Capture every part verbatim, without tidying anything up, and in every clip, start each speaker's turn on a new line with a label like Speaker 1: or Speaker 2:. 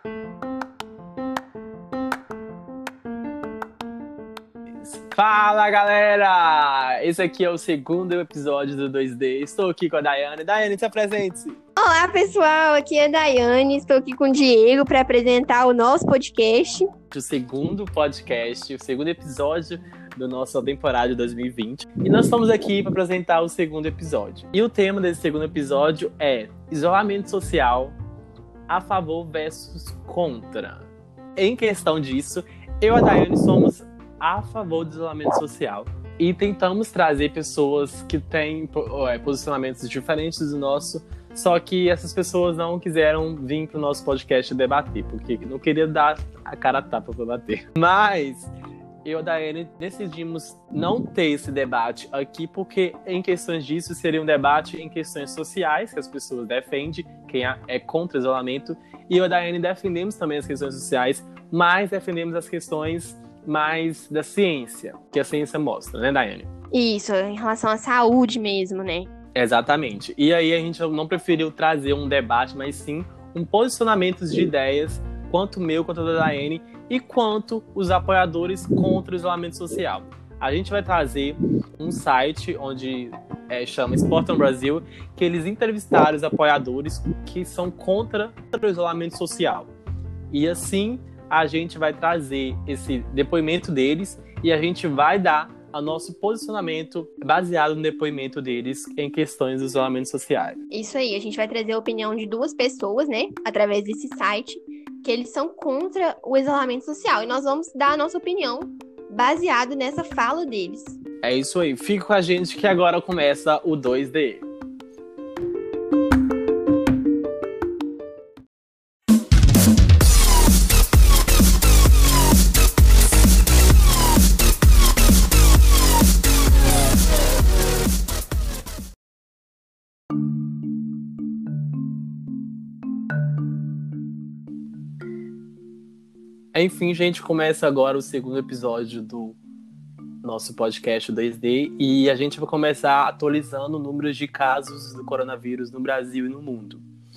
Speaker 1: Fala, galera! Esse aqui é o segundo episódio do dois D. Estou aqui com a Daiane. Daiane, se apresente-se.
Speaker 2: Olá, pessoal. Aqui é a Daiane. Estou aqui com o Diego para apresentar o nosso podcast.
Speaker 1: O segundo podcast, o segundo episódio da nossa temporada de dois mil e vinte. E nós estamos aqui para apresentar o segundo episódio. E o tema desse segundo episódio é isolamento social a favor versus contra. Em questão disso, eu e a Daiane somos a favor do isolamento social e tentamos trazer pessoas que têm é, posicionamentos diferentes do nosso, só que essas pessoas não quiseram vir para o nosso podcast debater, porque não queria dar a cara a tapa para bater. Mas eu e a Daiane decidimos não ter esse debate aqui, porque em questões disso seria um debate em questões sociais, que as pessoas defendem, quem é contra o isolamento, e eu e a Daiane defendemos também as questões sociais, mas defendemos as questões mais da ciência, que a ciência mostra, né, Daiane?
Speaker 2: Isso, em relação à saúde mesmo, né?
Speaker 1: Exatamente. E aí a gente não preferiu trazer um debate, mas sim um posicionamento de ideias, quanto meu, quanto da Daiane, e quanto os apoiadores contra o isolamento social. A gente vai trazer um site onde é, chama Sportam Brasil, que eles entrevistaram os apoiadores que são contra o isolamento social. E assim a gente vai trazer esse depoimento deles e a gente vai dar o nosso posicionamento baseado no depoimento deles em questões do isolamento social.
Speaker 2: Isso aí, a gente vai trazer a opinião de duas pessoas, né, através desse site, que eles são contra o isolamento social. E nós vamos dar a nossa opinião baseado nessa fala deles.
Speaker 1: É isso aí, fica com a gente que agora começa o dois D. Enfim, gente, começa agora o segundo episódio do nosso podcast dois D e a gente vai começar atualizando números de casos do coronavírus no Brasil e no mundo.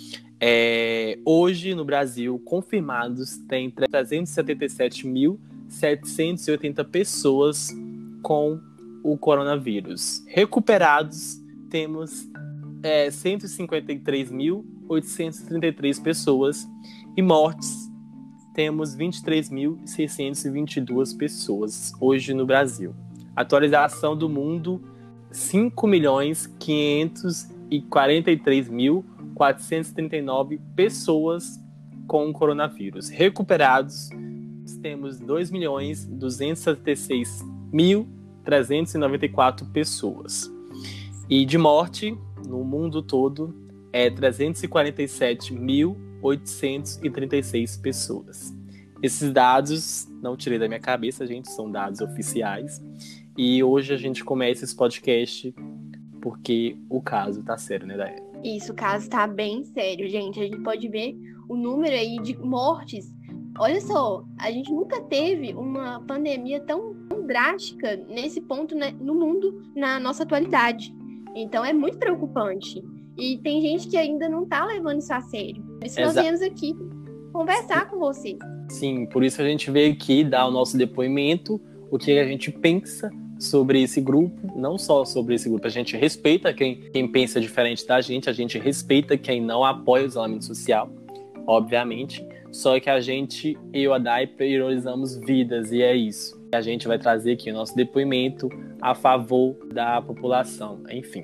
Speaker 1: É, hoje, no Brasil, confirmados, tem trezentos e setenta e sete mil setecentos e oitenta pessoas com o coronavírus. Recuperados, temos é, cento e cinquenta e três mil oitocentos e trinta e três pessoas e mortes, temos vinte e três mil seiscentos e vinte e duas pessoas hoje no Brasil. Atualização do mundo, cinco milhões quinhentos e quarenta e três mil quatrocentos e trinta e nove pessoas com o coronavírus. Recuperados, temos dois milhões duzentos e setenta e seis mil trezentos e noventa e quatro pessoas. E de morte, no mundo todo, é trezentos e quarenta e sete mil oitocentos e trinta e seis pessoas. Esses dados, não tirei da minha cabeça, gente, são dados oficiais. E hoje a gente começa esse podcast porque o caso tá sério, né, Daiane?
Speaker 2: Isso, o caso tá bem sério, gente. A gente pode ver o número aí de mortes. Olha só, a gente nunca teve uma pandemia tão, tão drástica nesse ponto, né, no mundo, na nossa atualidade. Então é muito preocupante. E tem gente que ainda não tá levando isso a sério. Por isso Exa- nós viemos aqui conversar com você.
Speaker 1: Sim, por isso a gente veio aqui dar o nosso depoimento, o que a gente pensa sobre esse grupo, não só sobre esse grupo, a gente respeita quem, quem pensa diferente da gente, a gente respeita quem não apoia o isolamento social, obviamente, só que a gente, eu e a Dai, priorizamos vidas, e é isso. A gente vai trazer aqui o nosso depoimento a favor da população, enfim.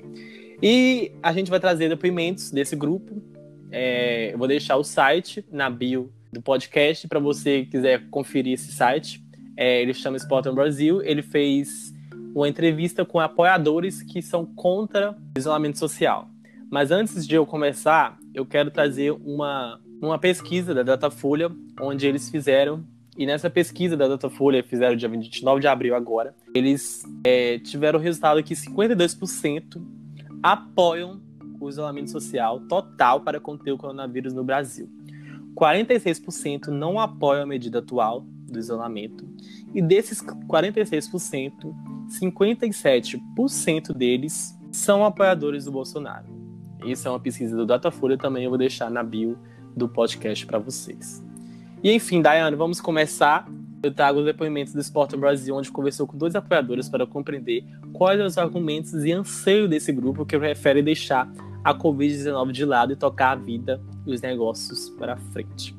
Speaker 1: E a gente vai trazer depoimentos desse grupo. É, eu vou deixar o site na bio do podcast para você quiser conferir esse site. É, ele chama Sportam Brasil. Ele fez uma entrevista com apoiadores que são contra o isolamento social. Mas antes de eu começar, eu quero trazer uma, uma pesquisa da Datafolha, onde eles fizeram. E nessa pesquisa da Datafolha, fizeram dia vinte e nove de abril agora, eles é, tiveram o resultado que cinquenta e dois por cento apoiam o isolamento social total para conter o coronavírus no Brasil. quarenta e seis por cento não apoiam a medida atual do isolamento. E desses quarenta e seis por cento, cinquenta e sete por cento deles são apoiadores do Bolsonaro. Isso é uma pesquisa do Datafolha, também eu vou deixar na bio do podcast para vocês. E enfim, Daiane, vamos começar. Eu trago os depoimentos do Esporte Brasil, onde conversou com dois apoiadores para compreender quais são os argumentos e anseio desse grupo que prefere deixar a covid dezenove de lado e tocar a vida e os negócios para frente.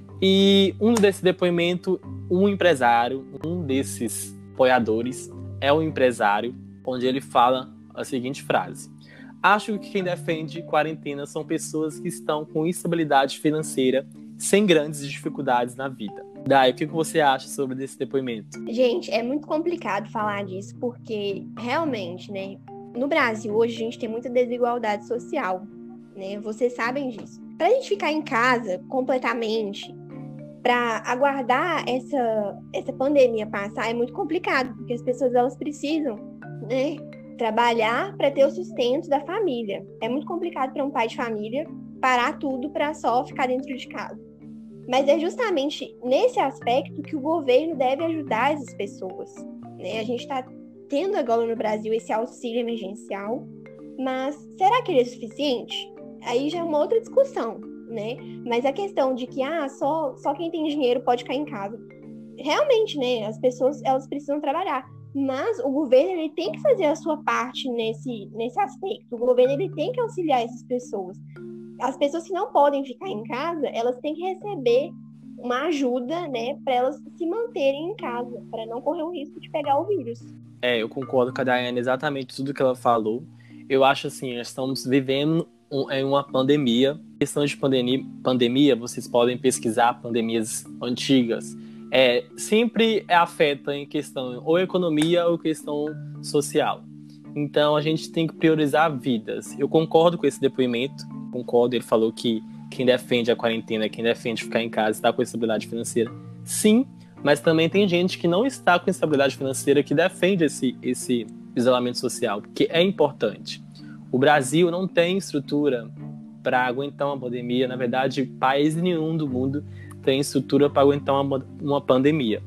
Speaker 1: E um desse depoimento, um empresário, um desses apoiadores, é um empresário, onde ele fala a seguinte frase: acho que quem defende quarentena são pessoas que estão com instabilidade financeira, sem grandes dificuldades na vida. Dai, o que você acha sobre esse depoimento?
Speaker 2: Gente, é muito complicado falar disso, porque realmente, né, no Brasil hoje a gente tem muita desigualdade social, né? Vocês sabem disso. Pra gente ficar em casa completamente, para aguardar essa, essa pandemia passar, é muito complicado, porque as pessoas elas precisam, né, trabalhar para ter o sustento da família. É muito complicado para um pai de família parar tudo para só ficar dentro de casa. Mas é justamente nesse aspecto que o governo deve ajudar essas pessoas, né? A gente está tendo agora no Brasil esse auxílio emergencial, mas será que ele é suficiente? Aí já é uma outra discussão, né? Mas a questão de que ah, só, só quem tem dinheiro pode ficar em casa. Realmente, né? As pessoas elas precisam trabalhar. Mas o governo ele tem que fazer a sua parte nesse, nesse aspecto. O governo ele tem que auxiliar essas pessoas. As pessoas que não podem ficar em casa, elas têm que receber uma ajuda, né, para elas se manterem em casa, para não correr o risco de pegar o vírus.
Speaker 1: É, eu concordo com a Daiane exatamente tudo que ela falou. Eu acho assim, nós estamos vivendo um, em uma pandemia. Questão de pandemia, pandemia, vocês podem pesquisar pandemias antigas. É, sempre afeta em questão ou economia ou questão social. Então a gente tem que priorizar vidas. Eu concordo com esse depoimento, concordo, ele falou que quem defende a quarentena, quem defende ficar em casa está com estabilidade financeira. Sim, mas também tem gente que não está com estabilidade financeira que defende esse, esse isolamento social, porque é importante. O Brasil não tem estrutura para aguentar uma pandemia. Na verdade, país nenhum do mundo tem estrutura para aguentar uma, uma pandemia.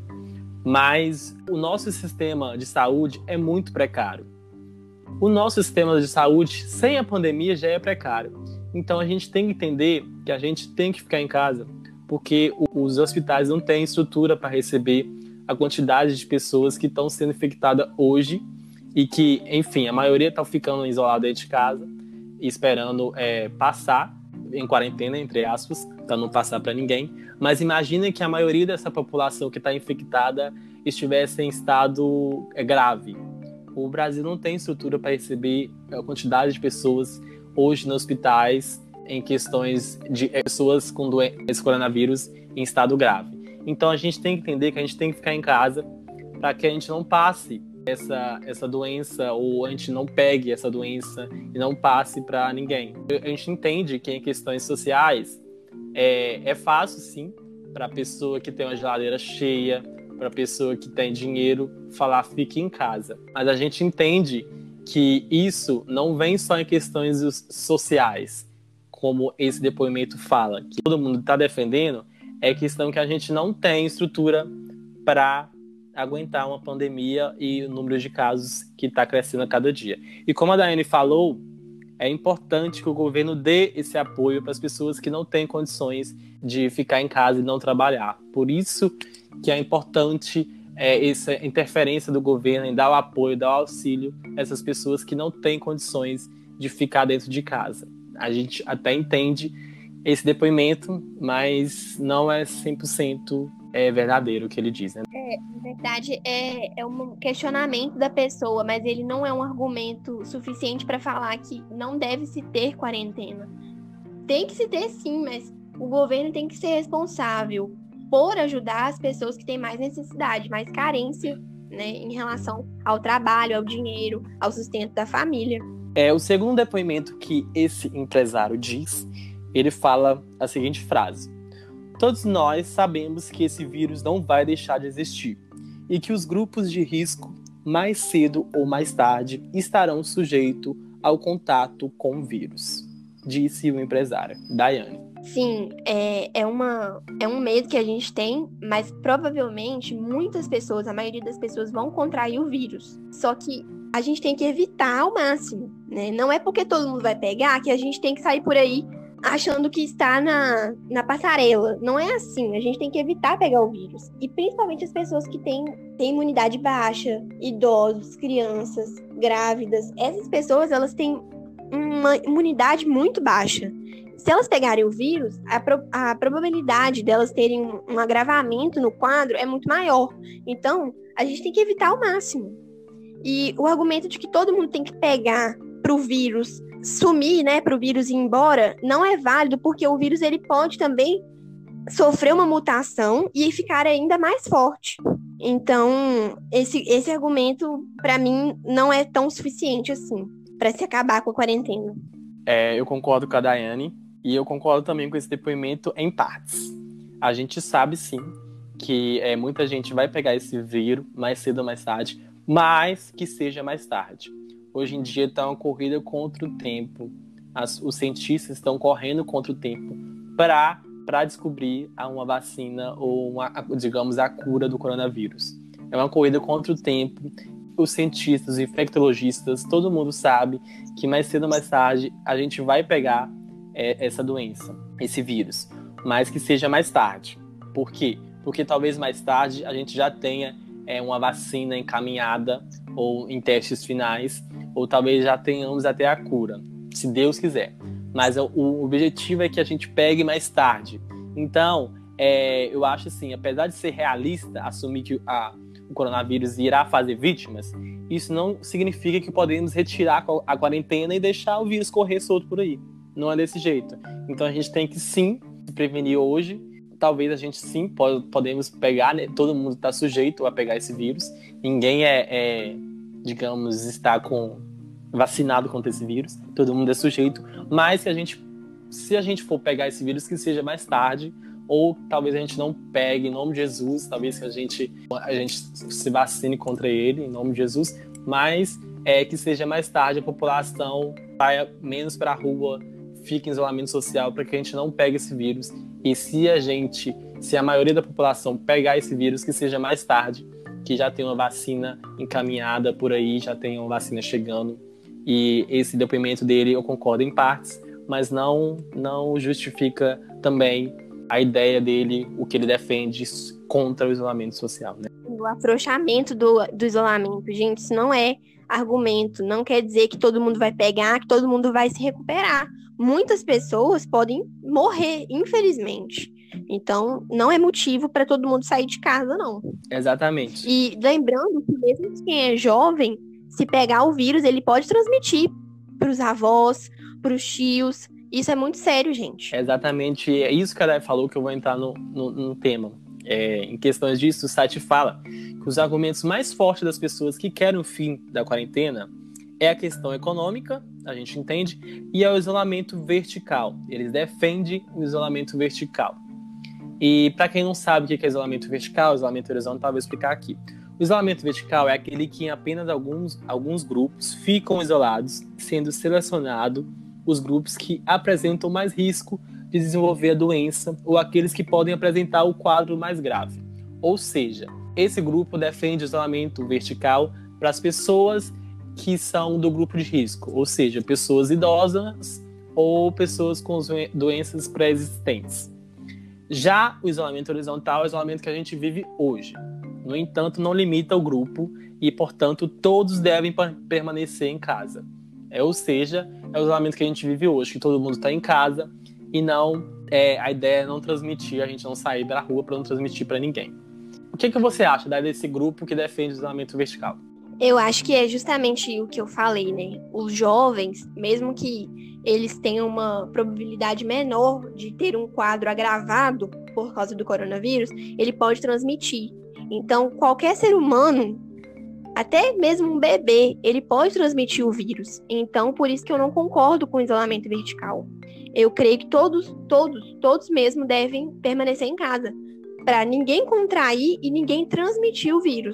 Speaker 1: Mas o nosso sistema de saúde é muito precário. O nosso sistema de saúde, sem a pandemia, já é precário. Então a gente tem que entender que a gente tem que ficar em casa, porque os hospitais não têm estrutura para receber a quantidade de pessoas que estão sendo infectadas hoje e que, enfim, a maioria está ficando isolada dentro de casa, esperando é, passar em quarentena, entre aspas, para não passar para ninguém. Mas imagina que a maioria dessa população que está infectada estivesse em estado é, grave. O Brasil não tem estrutura para receber a quantidade de pessoas hoje nos hospitais em questões de pessoas com doença, esse coronavírus em estado grave. Então a gente tem que entender que a gente tem que ficar em casa para que a gente não passe essa, essa doença ou a gente não pegue essa doença e não passe para ninguém. A gente entende que em questões sociais é, é fácil sim para a pessoa que tem uma geladeira cheia, para a pessoa que tem dinheiro falar fique em casa. Mas a gente entende que isso não vem só em questões sociais, como esse depoimento fala, que todo mundo está defendendo, é questão que a gente não tem estrutura para aguentar uma pandemia e o número de casos que está crescendo a cada dia. E como a Daiane falou, é importante que o governo dê esse apoio para as pessoas que não têm condições de ficar em casa e não trabalhar. Por isso que é importante É, essa interferência do governo em dar o apoio, dar o auxílio a essas pessoas que não têm condições de ficar dentro de casa. A gente até entende esse depoimento, mas não é cem por cento é, verdadeiro o que ele diz, né?
Speaker 2: É, na verdade, é, é um questionamento da pessoa, mas ele não é um argumento suficiente para falar que não deve se ter quarentena. Tem que se ter sim, mas o governo tem que ser responsável por ajudar as pessoas que têm mais necessidade, mais carência, né, em relação ao trabalho, ao dinheiro, ao sustento da família.
Speaker 1: É, o segundo depoimento que esse empresário diz, ele fala a seguinte frase: todos nós sabemos que esse vírus não vai deixar de existir e que os grupos de risco, mais cedo ou mais tarde, estarão sujeitos ao contato com o vírus, disse o empresário. Daiane.
Speaker 2: Sim, é, é, uma, é um medo que a gente tem, mas provavelmente muitas pessoas, a maioria das pessoas vão contrair o vírus. Só que a gente tem que evitar ao máximo, né? Não é porque todo mundo vai pegar que a gente tem que sair por aí achando que está na, na passarela. Não é assim. A gente tem que evitar pegar o vírus. E principalmente as pessoas que têm, têm imunidade baixa, idosos, crianças, grávidas. Essas pessoas, elas têm uma imunidade muito baixa. Se elas pegarem o vírus, a, pro, a probabilidade delas terem um, um agravamento no quadro é muito maior. Então, a gente tem que evitar ao máximo. E o argumento de que todo mundo tem que pegar para o vírus sumir, né, para o vírus ir embora, não é válido, porque o vírus ele pode também sofrer uma mutação e ficar ainda mais forte. Então, esse, esse argumento, para mim, não é tão suficiente assim, para se acabar com a quarentena.
Speaker 1: É, eu concordo com a Daiane. E eu concordo também com esse depoimento em partes. A gente sabe, sim, que é, muita gente vai pegar esse vírus mais cedo ou mais tarde, mas que seja mais tarde. Hoje em dia está uma corrida contra o tempo. As, os cientistas estão correndo contra o tempo para para descobrir uma vacina ou, uma, digamos, a cura do coronavírus. É uma corrida contra o tempo. Os cientistas, os infectologistas, todo mundo sabe que mais cedo ou mais tarde a gente vai pegar é, essa doença, esse vírus, mas que seja mais tarde. Por quê? Porque talvez mais tarde a gente já tenha é, uma vacina encaminhada ou em testes finais, ou talvez já tenhamos até a cura, se Deus quiser. Mas o, o objetivo é que a gente pegue mais tarde. Então, é, eu acho assim, apesar de ser realista, assumir que a, o coronavírus irá fazer vítimas, isso não significa que podemos retirar a quarentena e deixar o vírus correr solto por aí. Não é desse jeito. Então a gente tem que sim se prevenir hoje. Talvez a gente sim pode, podemos pegar, né? Todo mundo está sujeito a pegar esse vírus. Ninguém é, é, digamos, está com, vacinado contra esse vírus. Todo mundo é sujeito. Mas se a gente, se a gente for pegar esse vírus, que seja mais tarde. Ou talvez a gente não pegue em nome de Jesus. Talvez que a gente, a gente se vacine contra ele em nome de Jesus. Mas é, que seja mais tarde, a população saia menos para a rua, fique em isolamento social para que a gente não pegue esse vírus. E se a gente, se a maioria da população pegar esse vírus, que seja mais tarde, que já tem uma vacina encaminhada por aí, já tem uma vacina chegando. E esse depoimento dele eu concordo em partes, mas não, não justifica também a ideia dele, o que ele defende contra o isolamento social, né?
Speaker 2: O afrouxamento do, do isolamento, gente, isso não é argumento, não quer dizer que todo mundo vai pegar, que todo mundo vai se recuperar. Muitas pessoas podem morrer, infelizmente. Então, não é motivo para todo mundo sair de casa, não.
Speaker 1: Exatamente.
Speaker 2: E lembrando que mesmo quem é jovem, se pegar o vírus, ele pode transmitir para os avós, para os tios. Isso é muito sério, gente.
Speaker 1: Exatamente. É isso que a Day falou, que eu vou entrar no, no, no tema. É, em questões disso, o site fala que os argumentos mais fortes das pessoas que querem o fim da quarentena é a questão econômica, a gente entende, e é o isolamento vertical. Eles defendem o isolamento vertical. E para quem não sabe o que é isolamento vertical, isolamento horizontal, vou explicar aqui. O isolamento vertical é aquele que em apenas alguns, alguns grupos ficam isolados, sendo selecionado os grupos que apresentam mais risco de desenvolver a doença ou aqueles que podem apresentar o quadro mais grave. Ou seja, esse grupo defende o isolamento vertical para as pessoas que são do grupo de risco, ou seja, pessoas idosas ou pessoas com doenças pré-existentes. Já o isolamento horizontal é o isolamento que a gente vive hoje. No entanto, não limita o grupo e, portanto, todos devem permanecer em casa. É, ou seja, é o isolamento que a gente vive hoje, que todo mundo está em casa e não é, a ideia é não transmitir, a gente não sair para a rua para não transmitir para ninguém. O que, que você acha desse grupo que defende o isolamento vertical?
Speaker 2: Eu acho que é justamente o que eu falei, né? Os jovens, mesmo que eles tenham uma probabilidade menor de ter um quadro agravado por causa do coronavírus, ele pode transmitir. Então, qualquer ser humano, até mesmo um bebê, ele pode transmitir o vírus. Então, por isso que eu não concordo com o isolamento vertical. Eu creio que todos, todos, todos mesmo devem permanecer em casa, para ninguém contrair e ninguém transmitir o vírus.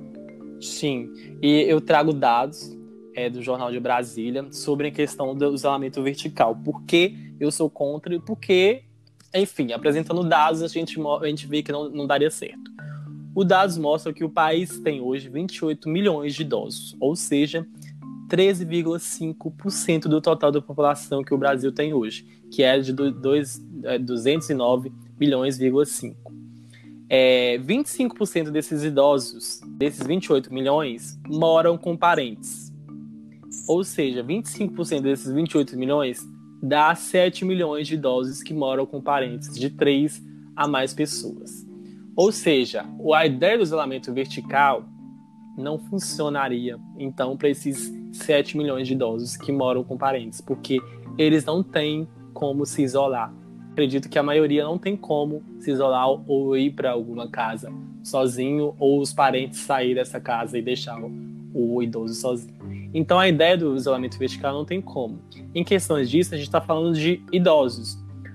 Speaker 1: Sim, e eu trago dados é, do Jornal de Brasília sobre a questão do isolamento vertical. Por que eu sou contra e por que, enfim, apresentando dados, a gente, a gente vê que não, não daria certo. Os dados mostram que o país tem hoje vinte e oito milhões de idosos, ou seja, treze vírgula cinco por cento do total da população que o Brasil tem hoje, que é de dois, é, duzentos e nove milhões, vírgula cinco. É, vinte e cinco por cento desses idosos, desses vinte e oito milhões, moram com parentes. Ou seja, vinte e cinco por cento desses vinte e oito milhões dá sete milhões de idosos que moram com parentes de três a mais pessoas. Ou seja, a ideia do isolamento vertical não funcionaria, então, para esses sete milhões de idosos que moram com parentes, porque eles não têm como se isolar. Acredito que a maioria não tem como se isolar ou ir para alguma casa sozinho, ou os parentes sair dessa casa e deixar o, o idoso sozinho. Então, a ideia do isolamento vertical não tem como. Em questões disso, a gente está falando de idosos,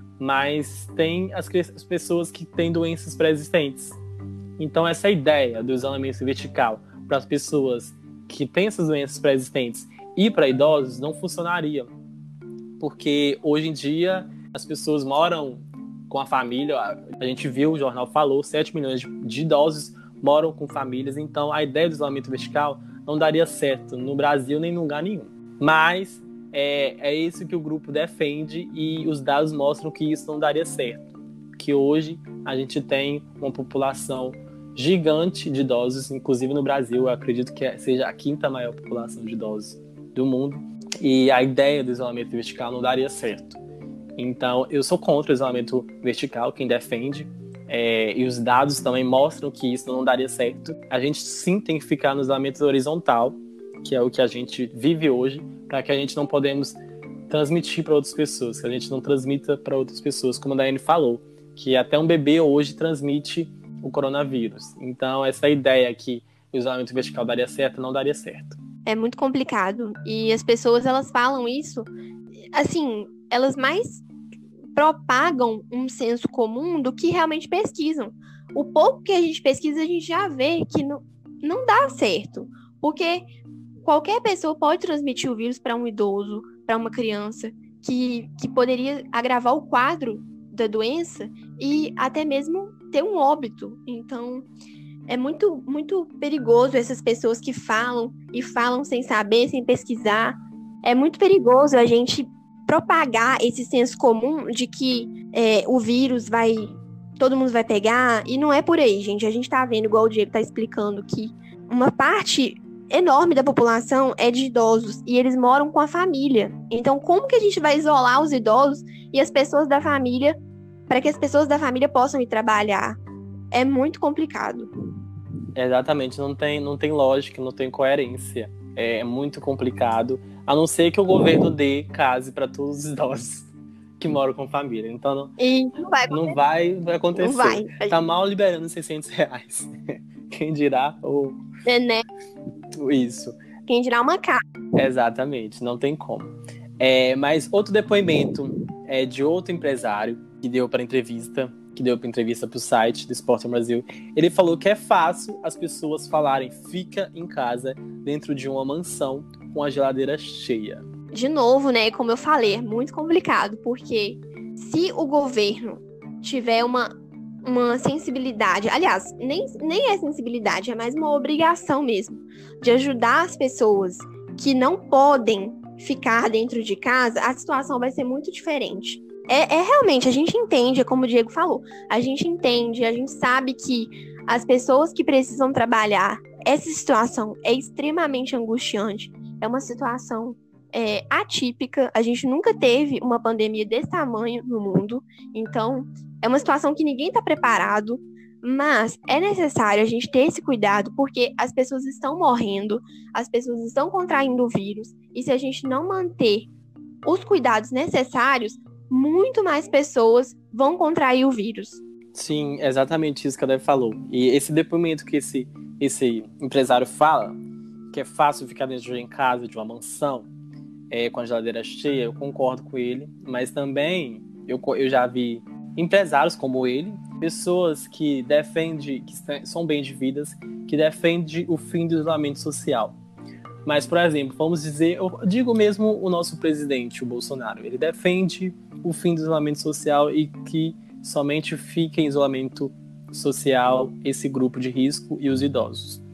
Speaker 1: mas tem as, as pessoas que têm doenças pré-existentes. Então, essa ideia do isolamento vertical para as pessoas que têm essas doenças pré-existentes e para idosos não funcionaria. Porque hoje em dia as pessoas moram com a família, a gente viu, o jornal falou, sete milhões de, de idosos moram com famílias, então a ideia do isolamento vertical não daria certo no Brasil nem em lugar nenhum. Mas é, é isso que o grupo defende e os dados mostram que isso não daria certo. Que hoje a gente tem uma população gigante de idosos, inclusive no Brasil, eu acredito que seja a quinta maior população de idosos do mundo, e a ideia do isolamento vertical não daria certo. Então, eu sou contra o isolamento vertical, quem defende, é, e os dados também mostram que isso não daria certo. A gente sim tem que ficar no isolamento horizontal, que é o que a gente vive hoje, para que a gente não podemos transmitir para outras pessoas, que a gente não transmita para outras pessoas, como a Daiane falou, que até um bebê hoje transmite o coronavírus. Então, essa ideia que o isolamento vertical daria certo, não daria certo.
Speaker 2: É muito complicado. E as pessoas, elas falam isso, assim, elas mais propagam um senso comum do que realmente pesquisam. O pouco que a gente pesquisa, a gente já vê que não, não dá certo. Porque qualquer pessoa pode transmitir o vírus para um idoso, para uma criança, que, que poderia agravar o quadro da doença e até mesmo ter um óbito. Então, é muito, muito perigoso essas pessoas que falam e falam sem saber, sem pesquisar. É muito perigoso a gente propagar esse senso comum de que é, o vírus vai... todo mundo vai pegar, e não é por aí, gente. A gente tá vendo, igual o Diego tá explicando, que uma parte enorme da população é de idosos, e eles moram com a família. Então, como que a gente vai isolar os idosos e as pessoas da família para que as pessoas da família possam ir trabalhar? É muito complicado.
Speaker 1: Exatamente, não tem, não tem lógica, não tem coerência. É muito complicado, a não ser que o governo dê case para todos os idosos que moram com família. Então, não,
Speaker 2: e não, vai,
Speaker 1: não vai, vai acontecer.
Speaker 2: Não vai.
Speaker 1: Tá mal liberando seiscentos reais. Quem dirá? Ou...
Speaker 2: É, né?
Speaker 1: Isso.
Speaker 2: Quem dirá uma casa.
Speaker 1: Exatamente, não tem como. É, mas outro depoimento é de outro empresário que deu para entrevista, que deu para entrevista para o site do Esporte Brasil. Ele falou que é fácil as pessoas falarem fica em casa dentro de uma mansão com a geladeira cheia.
Speaker 2: De novo, né, como eu falei, é muito complicado, porque se o governo tiver uma, uma sensibilidade, aliás, nem, nem é sensibilidade, é mais uma obrigação mesmo, de ajudar as pessoas que não podem ficar dentro de casa, a situação vai ser muito diferente. É, é realmente, a gente entende, é como o Diego falou, a gente entende, a gente sabe que as pessoas que precisam trabalhar, essa situação é extremamente angustiante, é uma situação é, atípica, a gente nunca teve uma pandemia desse tamanho no mundo, então é uma situação que ninguém está preparado, mas é necessário a gente ter esse cuidado, porque as pessoas estão morrendo, as pessoas estão contraindo o vírus, e se a gente não manter os cuidados necessários, muito mais pessoas vão contrair o vírus.
Speaker 1: Sim, exatamente isso que a Deb falou. E esse depoimento que esse, esse empresário fala, que é fácil ficar dentro de casa, de uma mansão, é, com a geladeira cheia, eu concordo com ele. Mas também eu, eu já vi empresários como ele, pessoas que defendem, que são bem de vidas, que defendem o fim do isolamento social. Mas, por exemplo, vamos dizer, eu digo mesmo o nosso presidente, o Bolsonaro, ele defende o fim do isolamento social e que somente fique em isolamento social esse grupo de risco e os idosos.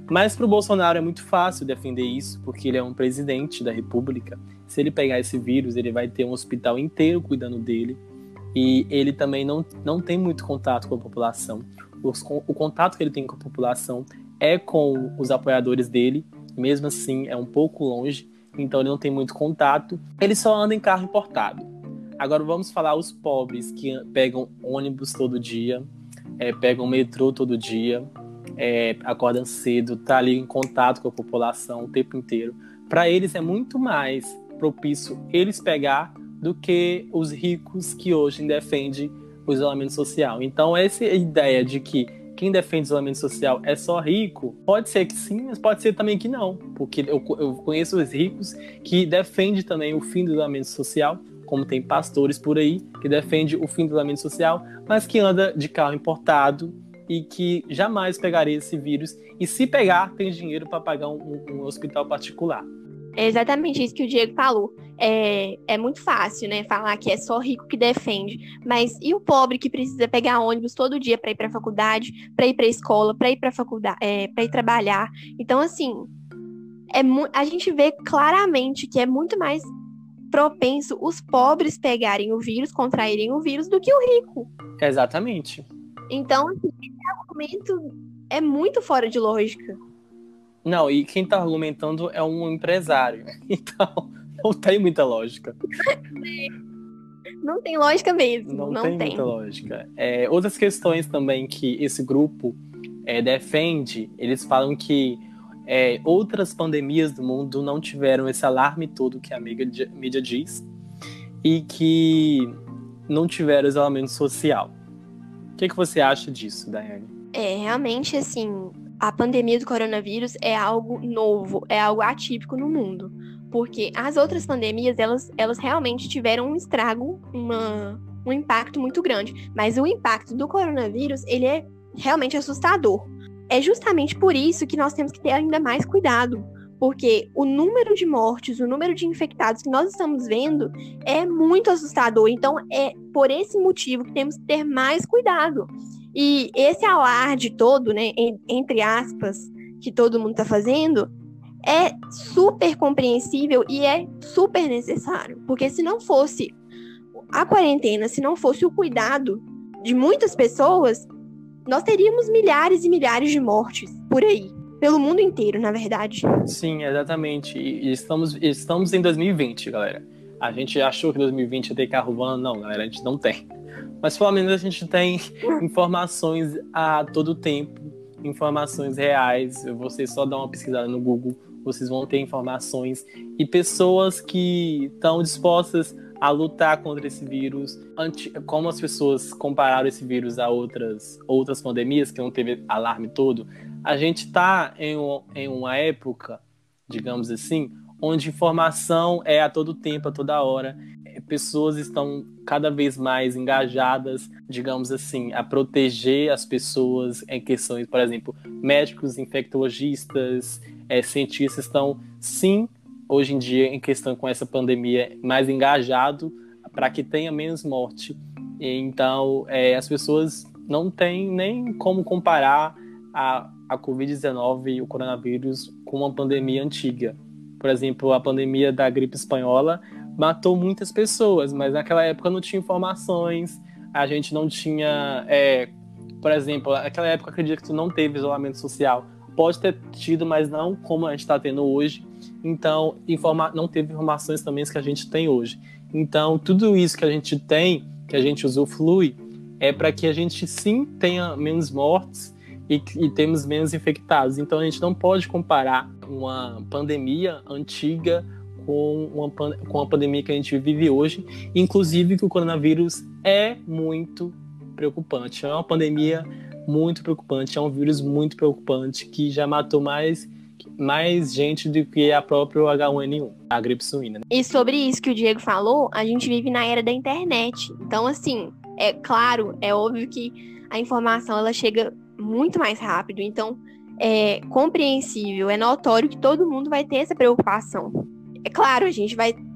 Speaker 1: Mas para o Bolsonaro é muito fácil defender isso, porque ele é um presidente da República. Se ele pegar esse vírus, ele vai ter um hospital inteiro cuidando dele. E ele também não, não tem muito contato com a população. Os, o contato que ele tem com a população é com os apoiadores dele. Mesmo assim, é um pouco longe. Então ele não tem muito contato. Ele só anda em carro importado. Agora vamos falar os pobres que pegam ônibus todo dia, é, pegam metrô todo dia, é, acordam cedo, tá ali em contato com a população o tempo inteiro. Para eles é muito mais propício eles pegar do que os ricos que hoje defendem o isolamento social. Então essa ideia de que quem defende o isolamento social é só rico, pode ser que sim, mas pode ser também que não, porque eu, eu conheço os ricos que defendem também o fim do isolamento social, como tem pastores por aí que defendem o fim do isolamento social, mas que anda de carro importado e que jamais pegaria esse vírus, e se pegar, tem dinheiro para pagar um, um hospital particular.
Speaker 2: É exatamente isso que o Diego falou. É, é muito fácil, né, falar que é só rico que defende, mas e o pobre que precisa pegar ônibus todo dia para ir para a faculdade, para ir para a escola, para ir para a faculdade, é, para ir trabalhar? Então, assim, é a gente vê claramente que é muito mais propenso os pobres pegarem o vírus, contraírem o vírus, do que o rico.
Speaker 1: Exatamente.
Speaker 2: Então, assim, esse argumento é muito fora de lógica.
Speaker 1: Não, e quem tá argumentando é um empresário. Então, não tem muita lógica.
Speaker 2: Não tem lógica mesmo.
Speaker 1: Não,
Speaker 2: não
Speaker 1: tem,
Speaker 2: tem
Speaker 1: muita lógica. É, outras questões também que esse grupo é, defende, eles falam que é, outras pandemias do mundo não tiveram esse alarme todo que a mídia, mídia diz, e que não tiveram isolamento social. O que, que você acha disso, Daiane?
Speaker 2: É, realmente, assim, a pandemia do coronavírus é algo novo, é algo atípico no mundo. Porque as outras pandemias, elas, elas realmente tiveram um estrago, uma, um impacto muito grande. Mas o impacto do coronavírus, ele é realmente assustador. É justamente por isso que nós temos que ter ainda mais cuidado. Porque o número de mortes, o número de infectados que nós estamos vendo é muito assustador. Então, é por esse motivo que temos que ter mais cuidado. E esse alarde todo, né, entre aspas, que todo mundo está fazendo, é super compreensível e é super necessário. Porque se não fosse a quarentena, se não fosse o cuidado de muitas pessoas, nós teríamos milhares e milhares de mortes por aí. Pelo mundo inteiro, na verdade.
Speaker 1: Sim, exatamente. E estamos, estamos em dois mil e vinte, galera. A gente achou que dois mil e vinte ia ter carro voando. Não, galera, a gente não tem. Mas pelo menos a gente tem informações a todo tempo, informações reais. Vocês só dão uma pesquisada no Google, vocês vão ter informações e pessoas que estão dispostas a lutar contra esse vírus. Como as pessoas compararam esse vírus a outras, outras pandemias, que não teve alarme todo, a gente está em, um, em uma época, digamos assim, onde informação é a todo tempo, a toda hora. Pessoas estão cada vez mais engajadas, digamos assim, a proteger as pessoas em questões, por exemplo, médicos, infectologistas, é, cientistas estão, sim, hoje em dia, em questão com essa pandemia, mais engajado para que tenha menos morte. E, então, é, as pessoas não têm nem como comparar a, a covid dezenove, o coronavírus, com uma pandemia antiga. Por exemplo, a pandemia da gripe espanhola matou muitas pessoas, mas naquela época não tinha informações, a gente não tinha, é, por exemplo, naquela época eu acredito que não teve isolamento social. Pode ter tido, mas não como a gente está tendo hoje. Então, informa- não teve informações também que a gente tem hoje. Então, tudo isso que a gente tem, que a gente usufrui, é para que a gente sim tenha menos mortes e, e temos menos infectados. Então, a gente não pode comparar uma pandemia antiga com uma, com a pandemia que a gente vive hoje. Inclusive que o coronavírus é muito preocupante. É uma pandemia muito preocupante, é um vírus muito preocupante que já matou mais, mais gente do que a própria H um N um, a gripe suína. Né?
Speaker 2: E sobre isso que o Diego falou, a gente vive na era da internet. Então, assim, é claro, é óbvio que a informação ela chega muito mais rápido. Então, é compreensível, é notório que todo mundo vai ter essa preocupação. É claro, a gente vai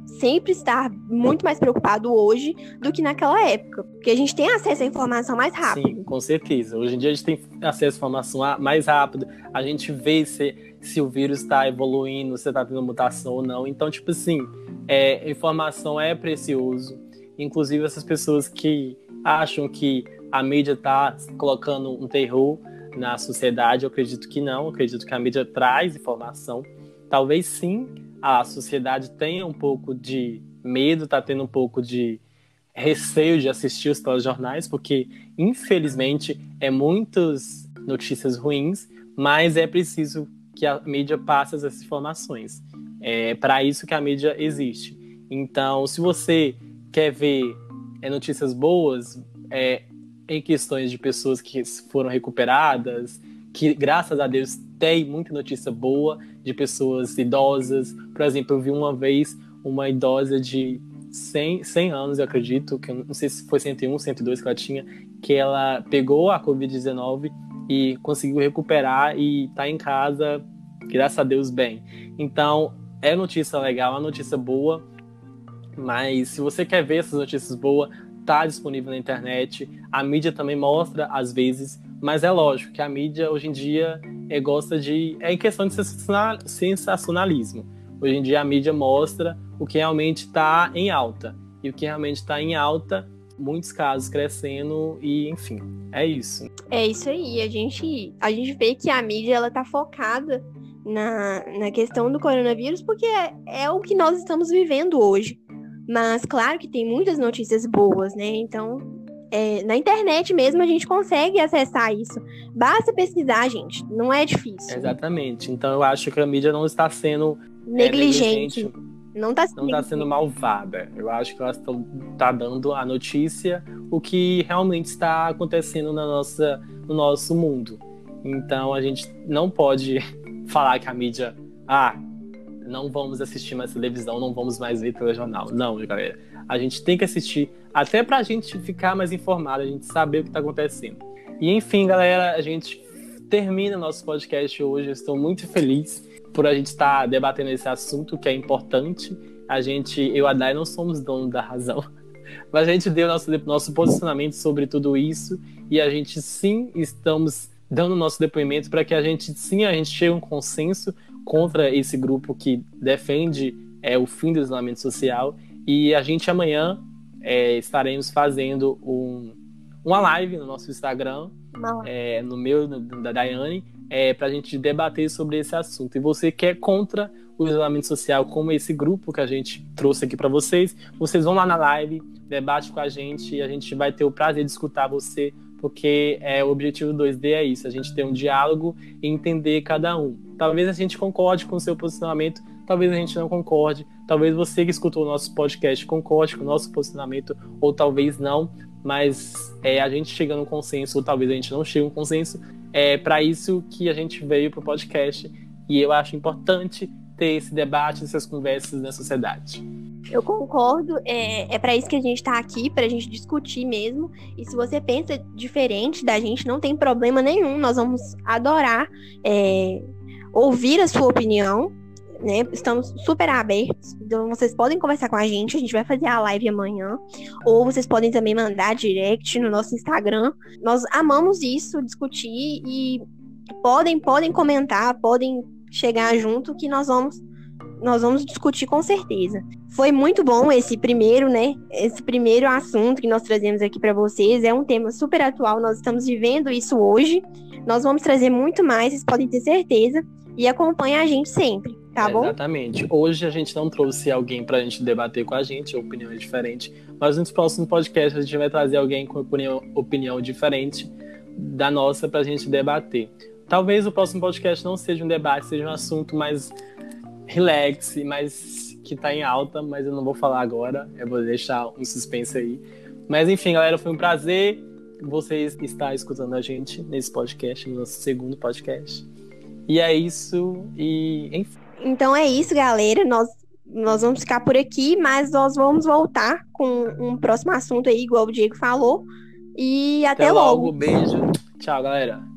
Speaker 2: sempre estar muito mais preocupado hoje do que naquela época, porque a gente tem acesso à informação mais rápido.
Speaker 1: Sim, com certeza. Hoje em dia a gente tem acesso à informação mais rápido, a gente vê se, se o vírus está evoluindo, se está tendo mutação ou não. Então, tipo assim, é, informação é precioso. Inclusive essas pessoas que acham que a mídia está colocando um terror na sociedade, eu acredito que não, eu acredito que a mídia traz informação. Talvez sim, a sociedade tenha um pouco de medo, está tendo um pouco de receio de assistir os telejornais, porque, infelizmente, é muitas notícias ruins, mas é preciso que a mídia passe essas informações. É para isso que a mídia existe. Então, se você quer ver é, notícias boas, é, em questões de pessoas que foram recuperadas, que, graças a Deus, tem muita notícia boa de pessoas idosas. Por exemplo, eu vi uma vez uma idosa de cem, cem anos, eu acredito, que eu não sei se foi cento e um, cento e dois que ela tinha, que ela pegou a covid dezenove e conseguiu recuperar e tá em casa, graças a Deus, bem. Então, é notícia legal, é notícia boa, mas se você quer ver essas notícias boas, tá disponível na internet. A mídia também mostra, às vezes, mas é lógico que a mídia, hoje em dia, é, gosta de... É em questão de sensacionalismo. Hoje em dia, a mídia mostra o que realmente está em alta. E o que realmente está em alta, muitos casos crescendo, e, enfim, é isso.
Speaker 2: É isso aí. A gente, a gente vê que a mídia, ela tá focada na, na questão do coronavírus, porque é, é o que nós estamos vivendo hoje. Mas, claro que tem muitas notícias boas, né? Então, é, na internet mesmo a gente consegue acessar isso. Basta pesquisar, gente. Não é difícil.
Speaker 1: Exatamente. Então, eu acho que a mídia não está sendo
Speaker 2: negligente.
Speaker 1: É, negligente.
Speaker 2: Não está
Speaker 1: não está sendo malvada. Eu acho que ela está dando a notícia o que realmente está acontecendo na nossa, no nosso mundo. Então, a gente não pode falar que a mídia... Ah, não vamos assistir mais televisão, não vamos mais ver telejornal. Não, galera. A gente tem que assistir, até pra gente ficar mais informado, a gente saber o que tá acontecendo. E enfim, galera, a gente termina nosso podcast hoje. Eu estou muito feliz por a gente estar debatendo esse assunto, que é importante. A gente, eu e a Dai, não somos donos da razão, mas a gente deu nosso, nosso posicionamento sobre tudo isso, e a gente sim estamos dando nosso depoimento para que a gente sim, a gente chegue a um consenso contra esse grupo que defende é, o fim do isolamento social. E a gente amanhã é, estaremos fazendo um, uma live no nosso Instagram, é, no meu, no, da Daiane, é, para a gente debater sobre esse assunto. E você que é contra o isolamento social, como esse grupo que a gente trouxe aqui para vocês, vocês vão lá na live, debate com a gente, e a gente vai ter o prazer de escutar você, porque é, o objetivo do dois D é isso, a gente ter um diálogo e entender cada um. Talvez a gente concorde com o seu posicionamento, talvez a gente não concorde, talvez você que escutou o nosso podcast concorde com o nosso posicionamento, ou talvez não, mas é, a gente chega num consenso, ou talvez a gente não chegue num consenso. É para isso que a gente veio pro podcast, e eu acho importante ter esse debate, essas conversas na sociedade.
Speaker 2: Eu concordo, é, é para isso que a gente tá aqui, pra gente discutir mesmo. E se você pensa diferente da gente, não tem problema nenhum, nós vamos adorar é, ouvir a sua opinião, né? Estamos super abertos, então vocês podem conversar com a gente, a gente vai fazer a live amanhã, ou vocês podem também mandar direct no nosso Instagram. Nós amamos isso, discutir, e podem, podem comentar, podem chegar junto, que nós vamos nós vamos discutir com certeza. Foi muito bom esse primeiro, né? Esse primeiro assunto que nós trazemos aqui para vocês. É um tema super atual, nós estamos vivendo isso hoje. Nós vamos trazer muito mais, vocês podem ter certeza. E acompanha a gente sempre, tá bom?
Speaker 1: Exatamente. Hoje a gente não trouxe alguém pra gente debater com a gente, opiniões diferentes. Mas nos próximos podcasts a gente vai trazer alguém com opinião, opinião diferente da nossa pra gente debater. Talvez o próximo podcast não seja um debate, seja um assunto mais relax, mas que tá em alta, mas eu não vou falar agora, eu vou deixar um suspense aí. Mas enfim, galera, foi um prazer vocês estar escutando a gente nesse podcast, no nosso segundo podcast. E é isso, e enfim.
Speaker 2: Então é isso, galera, nós, nós vamos ficar por aqui, mas nós vamos voltar com um próximo assunto aí, igual o Diego falou, e até, até logo.
Speaker 1: logo. Beijo, tchau, galera.